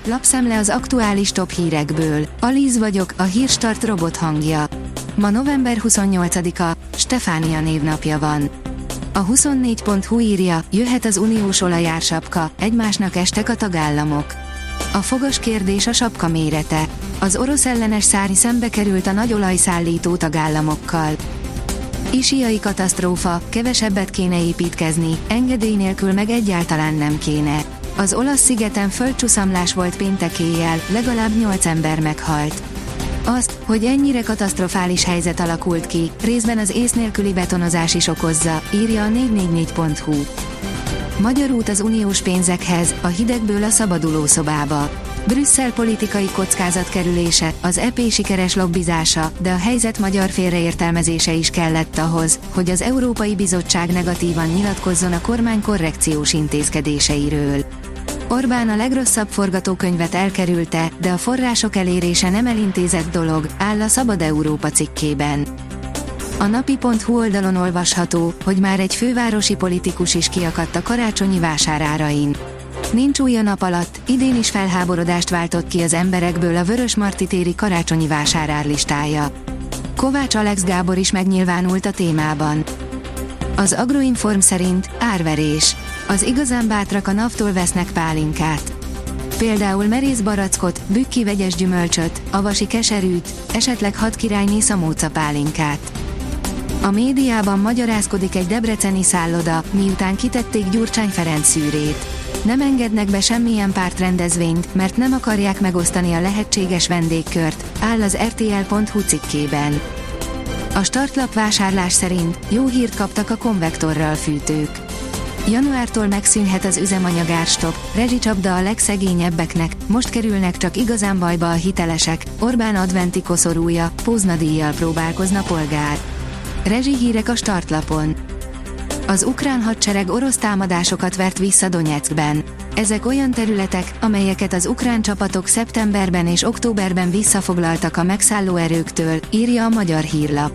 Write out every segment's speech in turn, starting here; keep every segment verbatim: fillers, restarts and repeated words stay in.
lapszemle az aktuális top hírekből. Alíz vagyok, a Hírstart robot hangja. Ma november huszonnyolcadika, Stefánia névnapja van. A huszonnégy pont hu írja, jöhet az uniós olajársapka, egymásnak estek a tagállamok. A fogas kérdés a sapka mérete. Az orosz ellenes szárny szembe került a nagy olajszállító tagállamokkal. Isiai katasztrófa, kevesebbet kéne építkezni, engedély nélkül meg egyáltalán nem kéne. Az olasz szigeten földcsuszamlás volt péntek éjjel, legalább nyolc ember meghalt. Azt, hogy ennyire katasztrofális helyzet alakult ki, részben az ész nélküli betonozás is okozza, írja a négy négy négy pont hu. Magyar út az uniós pénzekhez, a hidegből a szabadulószobába. Brüsszel politikai kockázat kerülése, az é pé sikeres lobbizása, de a helyzet magyar félreértelmezése is kellett ahhoz, hogy az Európai Bizottság negatívan nyilatkozzon a kormány korrekciós intézkedéseiről. Orbán a legrosszabb forgatókönyvet elkerülte, de a források elérése nem elintézett dolog, áll a Szabad Európa cikkében. A napi pont hu oldalon olvasható, hogy már egy fővárosi politikus is kiakadt a karácsonyi vásárárain. Nincs új a nap alatt, idén is felháborodást váltott ki az emberekből a Vörösmarty téri karácsonyi vásárárlistája. Kovács Alex Gábor is megnyilvánult a témában. Az Agroinform szerint árverés. Az igazán bátrak a navtól vesznek pálinkát. Például merész barackot, bükki vegyes gyümölcsöt, avasi keserűt, esetleg hadkirályné szamóca pálinkát. A médiában magyarázkodik egy debreceni szálloda, miután kitették Gyurcsány Ferenc szűrét. Nem engednek be semmilyen pártrendezvényt, mert nem akarják megosztani a lehetséges vendégkört, áll az er té el pont hu cikkében. A startlap vásárlás szerint jó hírt kaptak a konvektorral fűtők. Januártól megszűnhet az üzemanyagárstop, rezsicsapda a legszegényebbeknek, most kerülnek csak igazán bajba a hitelesek, Orbán adventi koszorúja, póznadíjjal próbálkozna polgár. Rezsihírek a startlapon. Az ukrán hadsereg orosz támadásokat vert vissza Donyeckben. Ezek olyan területek, amelyeket az ukrán csapatok szeptemberben és októberben visszafoglaltak a megszálló erőktől, írja a Magyar Hírlap.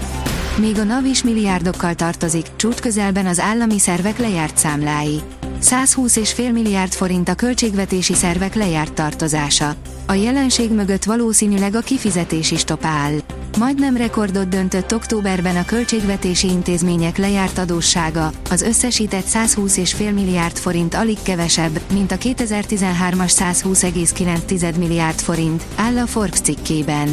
Még a NAV is milliárdokkal tartozik, csúcsközelben az állami szervek lejárt számlái. százhúsz egész öt milliárd forint a költségvetési szervek lejárt tartozása. A jelenség mögött valószínűleg a kifizetési stop áll. Majdnem rekordot döntött októberben a költségvetési intézmények lejárt adóssága, az összesített százhúsz egész öt milliárd forint alig kevesebb, mint a kétezer-tizenhármas százhúsz egész kilenc milliárd forint, áll a Forbes cikkében.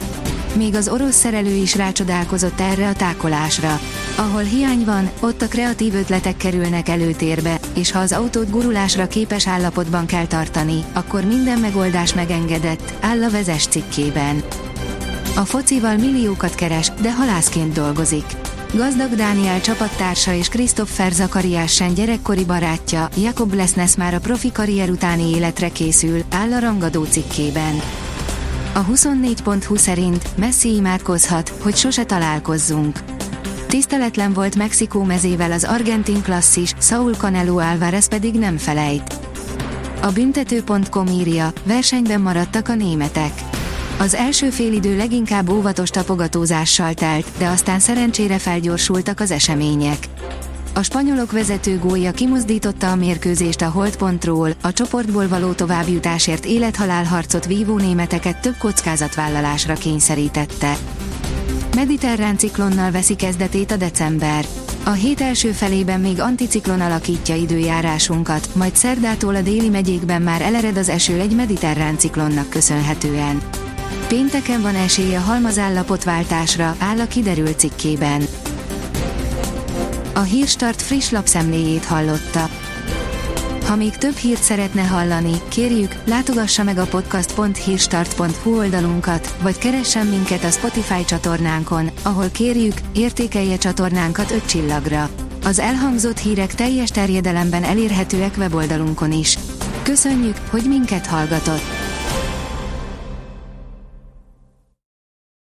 Még az orosz szerelő is rácsodálkozott erre a tákolásra. Ahol hiány van, ott a kreatív ötletek kerülnek előtérbe, és ha az autót gurulásra képes állapotban kell tartani, akkor minden megoldás megengedett, áll a Vezes cikkében. A focival milliókat keres, de halászként dolgozik. Gazdag Dániel csapattársa és Christopher Zakariasen gyerekkori barátja, Jakob Lesnes már a profi karrier utáni életre készül, áll a Rangadó cikkében. A huszonnégy pont hu szerint Messi imádkozhat, hogy sose találkozzunk. Tiszteletlen volt Mexikó mezével az argentin klasszis, Saúl Canelo Álvarez pedig nem felejt. A büntető pont com írja, versenyben maradtak a németek. Az első félidő leginkább óvatos tapogatózással telt, de aztán szerencsére felgyorsultak az események. A spanyolok vezető gólja kimozdította a mérkőzést a holdpontról, a csoportból való továbbjutásért élethalál harcot vívó németeket több kockázatvállalásra kényszerítette. Mediterrán ciklonnal veszi kezdetét a december. A hét első felében még anticiklon alakítja időjárásunkat, majd szerdától a déli megyékben már elered az eső egy mediterrán ciklonnak köszönhetően. Pénteken van esély a halmazállapotváltásra, áll a Kiderült cikkében. A Hírstart friss lapszemléjét hallotta. Ha még több hírt szeretne hallani, kérjük, látogassa meg a podcast pont hírstart pont hu oldalunkat, vagy keressen minket a Spotify csatornánkon, ahol kérjük, értékelje csatornánkat öt csillagra. Az elhangzott hírek teljes terjedelemben elérhetőek weboldalunkon is. Köszönjük, hogy minket hallgatott!